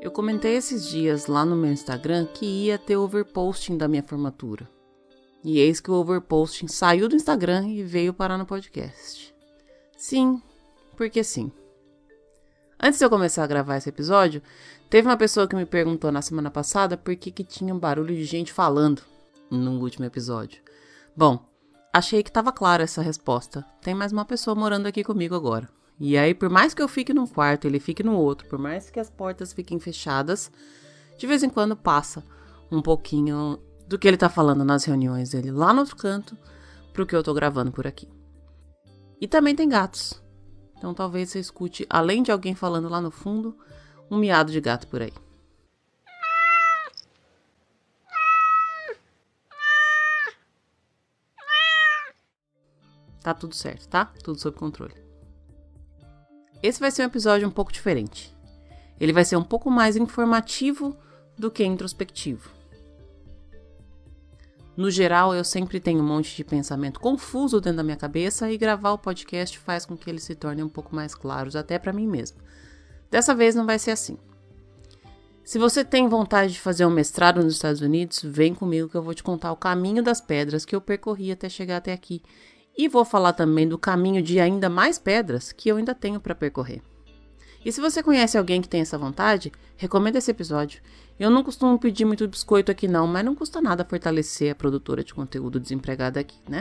Eu comentei esses dias lá no meu Instagram que ia ter overposting da minha formatura. E eis que o overposting saiu do Instagram e veio parar no podcast. Sim, porque sim. Antes de eu começar a gravar esse episódio, teve uma pessoa que me perguntou na semana passada por que tinha um barulho de gente falando no último episódio. Bom, achei que estava clara essa resposta. Tem mais uma pessoa morando aqui comigo agora. E aí, por mais que eu fique num quarto, ele fique no outro, por mais que as portas fiquem fechadas, de vez em quando passa um pouquinho do que ele tá falando nas reuniões dele lá no outro canto pro que eu tô gravando por aqui. E também tem gatos. Então talvez você escute, além de alguém falando lá no fundo, um miado de gato por aí. Tá tudo certo, tá? Tudo sob controle. Esse vai ser um episódio um pouco diferente. Ele vai ser um pouco mais informativo do que introspectivo. No geral, eu sempre tenho um monte de pensamento confuso dentro da minha cabeça e gravar o podcast faz com que eles se tornem um pouco mais claros, até para mim mesmo. Dessa vez não vai ser assim. Se você tem vontade de fazer um mestrado nos Estados Unidos, vem comigo que eu vou te contar o caminho das pedras que eu percorri até chegar até aqui. E vou falar também do caminho de ainda mais pedras que eu ainda tenho para percorrer. E se você conhece alguém que tem essa vontade, recomenda esse episódio. Eu não costumo pedir muito biscoito aqui não, mas não custa nada fortalecer a produtora de conteúdo desempregada aqui, né?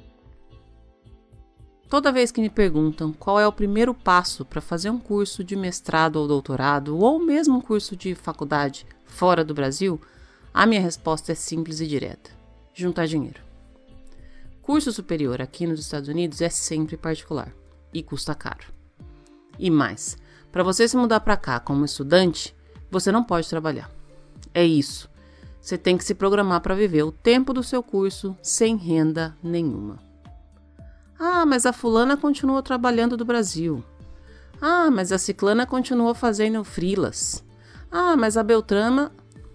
Toda vez que me perguntam qual é o primeiro passo para fazer um curso de mestrado ou doutorado, ou mesmo um curso de faculdade fora do Brasil, a minha resposta é simples e direta: juntar dinheiro. Curso superior aqui nos Estados Unidos é sempre particular e custa caro. E mais, para você se mudar para cá como estudante, você não pode trabalhar. É isso. Você tem que se programar para viver o tempo do seu curso sem renda nenhuma. Ah, mas a fulana continuou trabalhando do Brasil. Ah, mas a ciclana continuou fazendo freelas. Ah, mas a Beltrana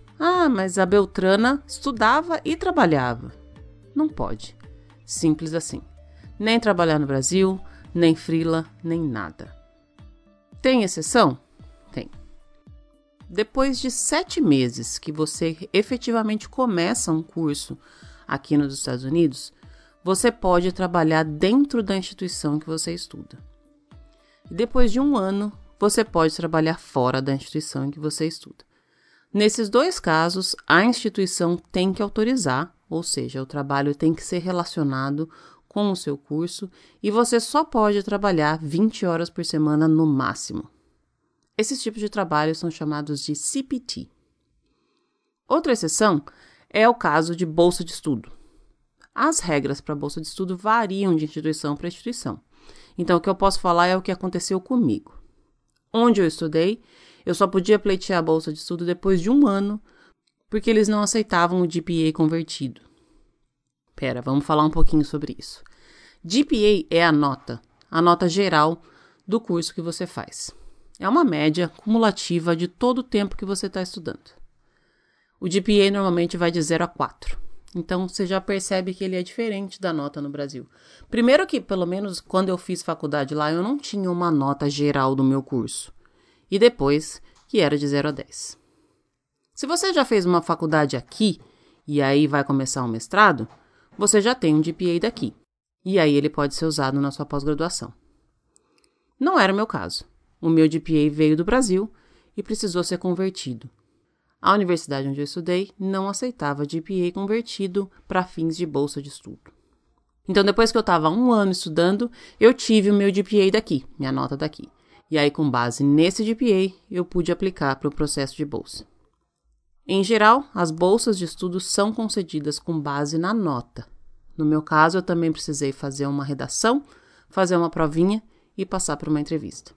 estudava e trabalhava. Não pode. Simples assim. Nem trabalhar no Brasil, nem freela, nem nada. Tem exceção? Tem. Depois de 7 meses que você efetivamente começa um curso aqui nos Estados Unidos, você pode trabalhar dentro da instituição que você estuda. E depois de 1 ano, você pode trabalhar fora da instituição em que você estuda. Nesses 2 casos, a instituição tem que autorizar, ou seja, o trabalho tem que ser relacionado com o seu curso e você só pode trabalhar 20 horas por semana no máximo. Esses tipos de trabalhos são chamados de CPT. Outra exceção é o caso de bolsa de estudo. As regras para bolsa de estudo variam de instituição para instituição. Então, o que eu posso falar é o que aconteceu comigo. Onde eu estudei, eu só podia pleitear a bolsa de estudo depois de 1 ano, porque eles não aceitavam o GPA convertido. Vamos falar um pouquinho sobre isso. GPA é a nota geral do curso que você faz. É uma média cumulativa de todo o tempo que você está estudando. O GPA normalmente vai de 0 a 4. Então, você já percebe que ele é diferente da nota no Brasil. Primeiro que, pelo menos quando eu fiz faculdade lá, eu não tinha uma nota geral do meu curso. E depois, que era de 0 a 10. Se você já fez uma faculdade aqui, e aí vai começar um mestrado, você já tem um GPA daqui. E aí ele pode ser usado na sua pós-graduação. Não era o meu caso. O meu GPA veio do Brasil e precisou ser convertido. A universidade onde eu estudei não aceitava GPA convertido para fins de bolsa de estudo. Então, depois que eu estava 1 ano estudando, eu tive o meu GPA daqui, minha nota daqui. E aí, com base nesse GPA, eu pude aplicar para o processo de bolsa. Em geral, as bolsas de estudo são concedidas com base na nota. No meu caso, eu também precisei fazer uma redação, fazer uma provinha e passar por uma entrevista.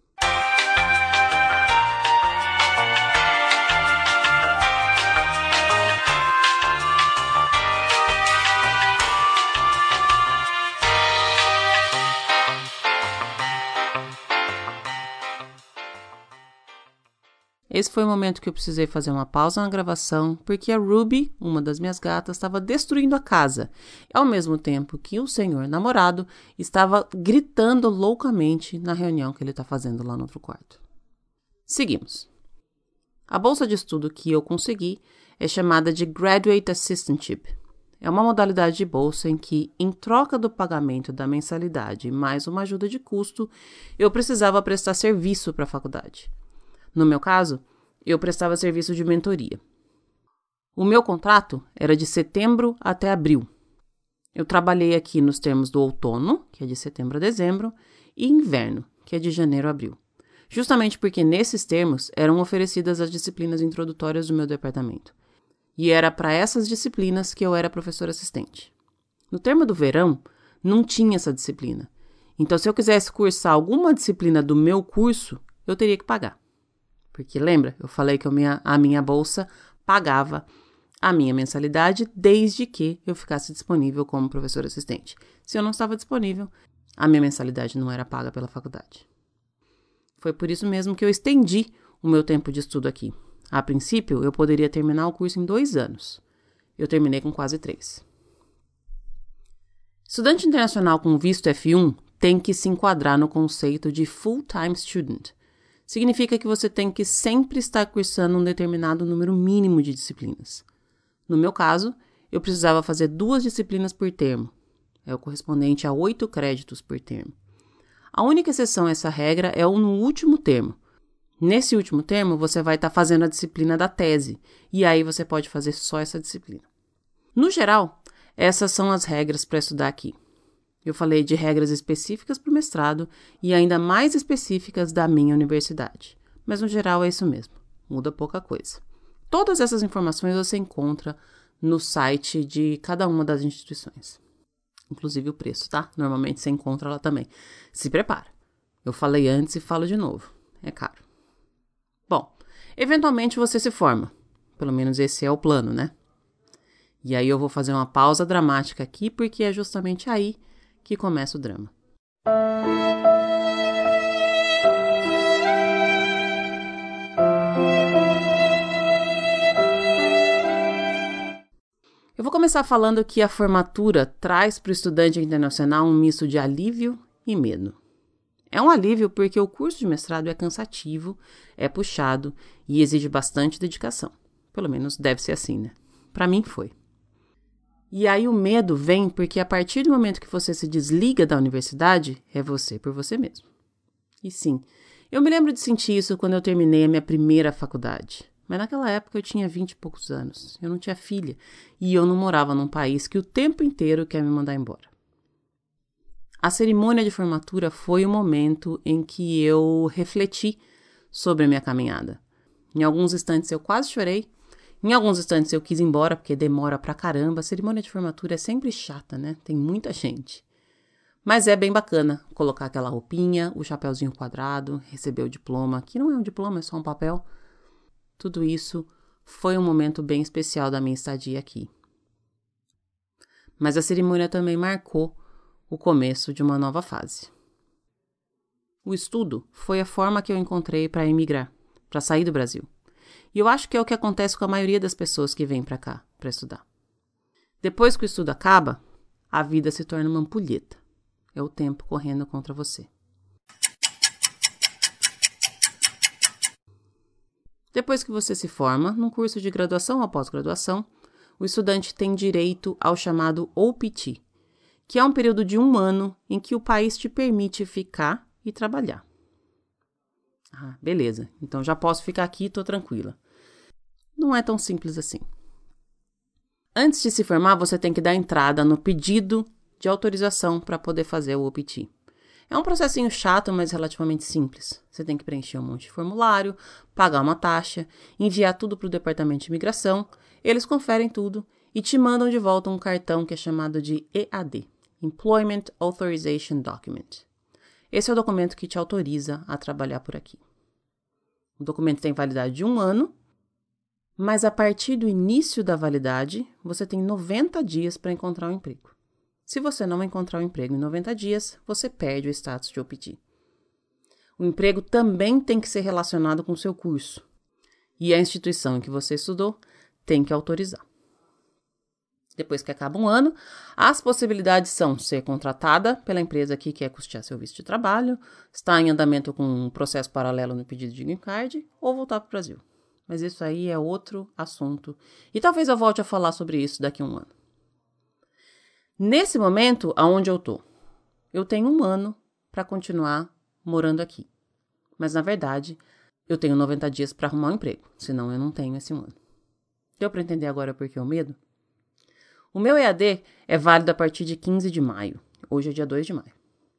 Esse foi o momento que eu precisei fazer uma pausa na gravação, porque a Ruby, uma das minhas gatas, estava destruindo a casa, ao mesmo tempo que o senhor namorado estava gritando loucamente na reunião que ele está fazendo lá no outro quarto. Seguimos. A bolsa de estudo que eu consegui é chamada de Graduate Assistantship. É uma modalidade de bolsa em que, em troca do pagamento da mensalidade mais uma ajuda de custo, eu precisava prestar serviço para a faculdade. No meu caso, eu prestava serviço de mentoria. O meu contrato era de setembro até abril. Eu trabalhei aqui nos termos do outono, que é de setembro a dezembro, e inverno, que é de janeiro a abril. Justamente porque nesses termos eram oferecidas as disciplinas introdutórias do meu departamento. E era para essas disciplinas que eu era professora assistente. No termo do verão, não tinha essa disciplina. Então, se eu quisesse cursar alguma disciplina do meu curso, eu teria que pagar. Porque lembra, eu falei que a minha bolsa pagava a minha mensalidade desde que eu ficasse disponível como professora assistente. Se eu não estava disponível, a minha mensalidade não era paga pela faculdade. Foi por isso mesmo que eu estendi o meu tempo de estudo aqui. A princípio, eu poderia terminar o curso em 2 anos. Eu terminei com quase 3. Estudante internacional com visto F1 tem que se enquadrar no conceito de full-time student. Significa que você tem que sempre estar cursando um determinado número mínimo de disciplinas. No meu caso, eu precisava fazer 2 disciplinas por termo. É o correspondente a 8 créditos por termo. A única exceção a essa regra é no último termo. Nesse último termo, você vai estar fazendo a disciplina da tese, e aí você pode fazer só essa disciplina. No geral, essas são as regras para estudar aqui. Eu falei de regras específicas para o mestrado e ainda mais específicas da minha universidade. Mas no geral é isso mesmo, muda pouca coisa. Todas essas informações você encontra no site de cada uma das instituições. Inclusive o preço, tá? Normalmente você encontra lá também. Se prepara. Eu falei antes e falo de novo. É caro. Bom, eventualmente você se forma. Pelo menos esse é o plano, né? E aí eu vou fazer uma pausa dramática aqui, porque é justamente aí que começa o drama. Eu vou começar falando que a formatura traz para o estudante internacional um misto de alívio e medo. É um alívio porque o curso de mestrado é cansativo, é puxado e exige bastante dedicação. Pelo menos deve ser assim, né? Para mim foi. E aí o medo vem porque a partir do momento que você se desliga da universidade, é você por você mesmo. E sim, eu me lembro de sentir isso quando eu terminei a minha primeira faculdade. Mas naquela época eu tinha 20 e poucos anos, eu não tinha filha e eu não morava num país que o tempo inteiro quer me mandar embora. A cerimônia de formatura foi o momento em que eu refleti sobre a minha caminhada. Em alguns instantes eu quase chorei, em alguns instantes eu quis ir embora porque demora pra caramba. A cerimônia de formatura é sempre chata, né? Tem muita gente. Mas é bem bacana colocar aquela roupinha, o chapeuzinho quadrado, receber o diploma, que não é um diploma, é só um papel. Tudo isso foi um momento bem especial da minha estadia aqui. Mas a cerimônia também marcou o começo de uma nova fase. O estudo foi a forma que eu encontrei para emigrar, para sair do Brasil. E eu acho que é o que acontece com a maioria das pessoas que vêm para cá para estudar. Depois que o estudo acaba, a vida se torna uma ampulheta. É o tempo correndo contra você. Depois que você se forma, num curso de graduação ou pós-graduação, o estudante tem direito ao chamado OPT, que é um período de 1 ano em que o país te permite ficar e trabalhar. Ah, beleza, então já posso ficar aqui e tô tranquila. Não é tão simples assim. Antes de se formar, você tem que dar entrada no pedido de autorização para poder fazer o OPT. É um processinho chato, mas relativamente simples. Você tem que preencher um monte de formulário, pagar uma taxa, enviar tudo para o departamento de imigração, eles conferem tudo e te mandam de volta um cartão que é chamado de EAD, Employment Authorization Document. Esse é o documento que te autoriza a trabalhar por aqui. O documento tem validade de 1 ano, mas a partir do início da validade, você tem 90 dias para encontrar um emprego. Se você não encontrar um emprego em 90 dias, você perde o status de OPT. O emprego também tem que ser relacionado com o seu curso. E a instituição em que você estudou tem que autorizar. Depois que acaba 1 ano, as possibilidades são ser contratada pela empresa que quer custear seu visto de trabalho, estar em andamento com um processo paralelo no pedido de green card ou voltar para o Brasil. Mas isso aí é outro assunto. E talvez eu volte a falar sobre isso daqui a um ano. Nesse momento, aonde eu tô, eu tenho 1 ano para continuar morando aqui. Mas, na verdade, eu tenho 90 dias para arrumar um emprego. Senão, eu não tenho esse 1 ano. Deu para entender agora por que o medo? O meu EAD é válido a partir de 15 de maio. Hoje é dia 2 de maio.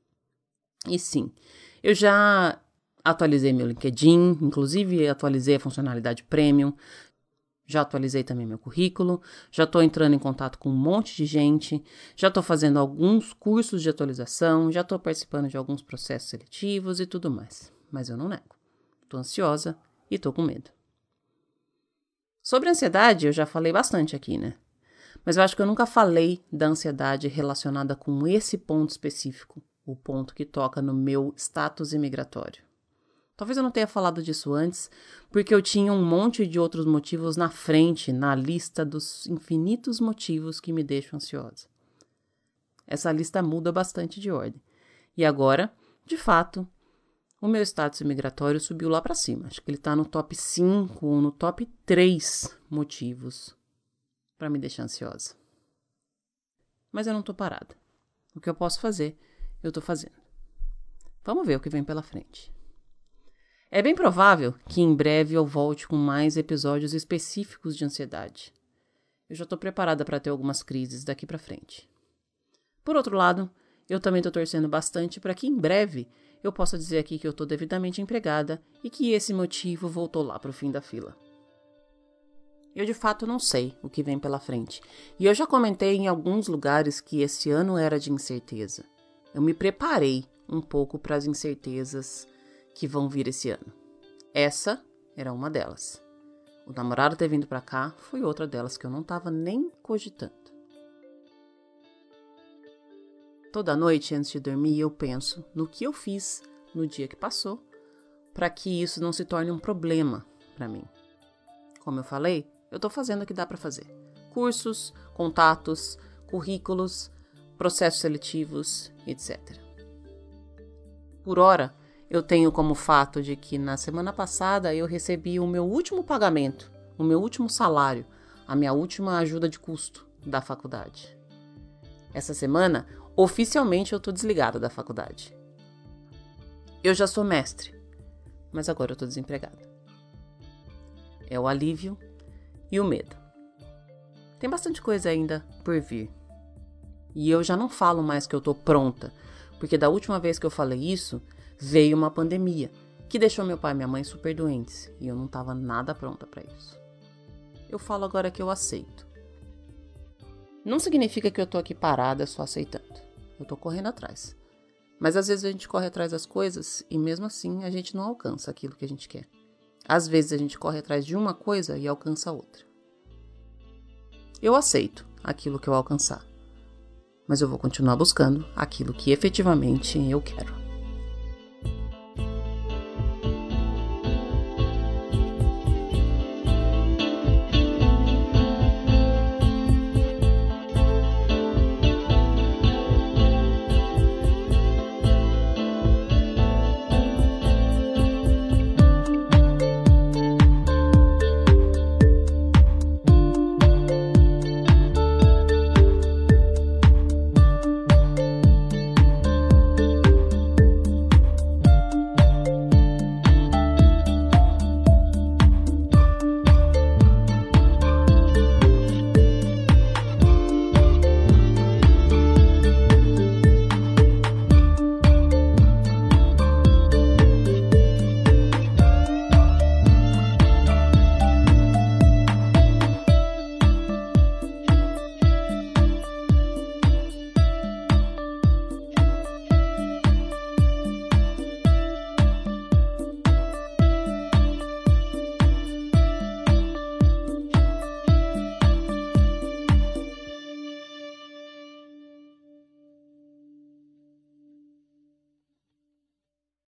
E sim, eu já atualizei meu LinkedIn, inclusive atualizei a funcionalidade Premium, já atualizei também meu currículo, já estou entrando em contato com um monte de gente, já estou fazendo alguns cursos de atualização, já estou participando de alguns processos seletivos e tudo mais. Mas eu não nego. Estou ansiosa e estou com medo. Sobre ansiedade, eu já falei bastante aqui, né? Mas eu acho que eu nunca falei da ansiedade relacionada com esse ponto específico, o ponto que toca no meu status imigratório. Talvez eu não tenha falado disso antes, porque eu tinha um monte de outros motivos na frente, na lista dos infinitos motivos que me deixam ansiosa. Essa lista muda bastante de ordem. E agora, de fato, o meu status imigratório subiu lá para cima. Acho que ele está no top 5 ou no top 3 motivos para me deixar ansiosa. Mas eu não estou parada. O que eu posso fazer, eu estou fazendo. Vamos ver o que vem pela frente. É bem provável que em breve eu volte com mais episódios específicos de ansiedade. Eu já estou preparada para ter algumas crises daqui para frente. Por outro lado, eu também estou torcendo bastante para que em breve eu possa dizer aqui que eu estou devidamente empregada e que esse motivo voltou lá para o fim da fila. Eu de fato não sei o que vem pela frente. E eu já comentei em alguns lugares que esse ano era de incerteza. Eu me preparei um pouco para as incertezas que vão vir esse ano. Essa era uma delas. O namorado ter vindo para cá foi outra delas que eu não estava nem cogitando. Toda noite antes de dormir eu penso no que eu fiz no dia que passou para que isso não se torne um problema para mim. Como eu falei, eu estou fazendo o que dá para fazer. Cursos, contatos, currículos, processos seletivos, etc. Por hora, eu tenho como fato de que na semana passada eu recebi o meu último pagamento, o meu último salário, a minha última ajuda de custo da faculdade. Essa semana, oficialmente eu estou desligada da faculdade. Eu já sou mestre, mas agora eu estou desempregada. É o alívio e o medo. Tem bastante coisa ainda por vir. E eu já não falo mais que eu estou pronta, porque da última vez que eu falei isso, veio uma pandemia, que deixou meu pai e minha mãe super doentes, e eu não estava nada pronta para isso. Eu falo agora que eu aceito. Não significa que eu tô aqui parada só aceitando. Eu tô correndo atrás. Mas às vezes a gente corre atrás das coisas e mesmo assim a gente não alcança aquilo que a gente quer. Às vezes a gente corre atrás de uma coisa e alcança outra. Eu aceito aquilo que eu alcançar, mas eu vou continuar buscando aquilo que efetivamente eu quero.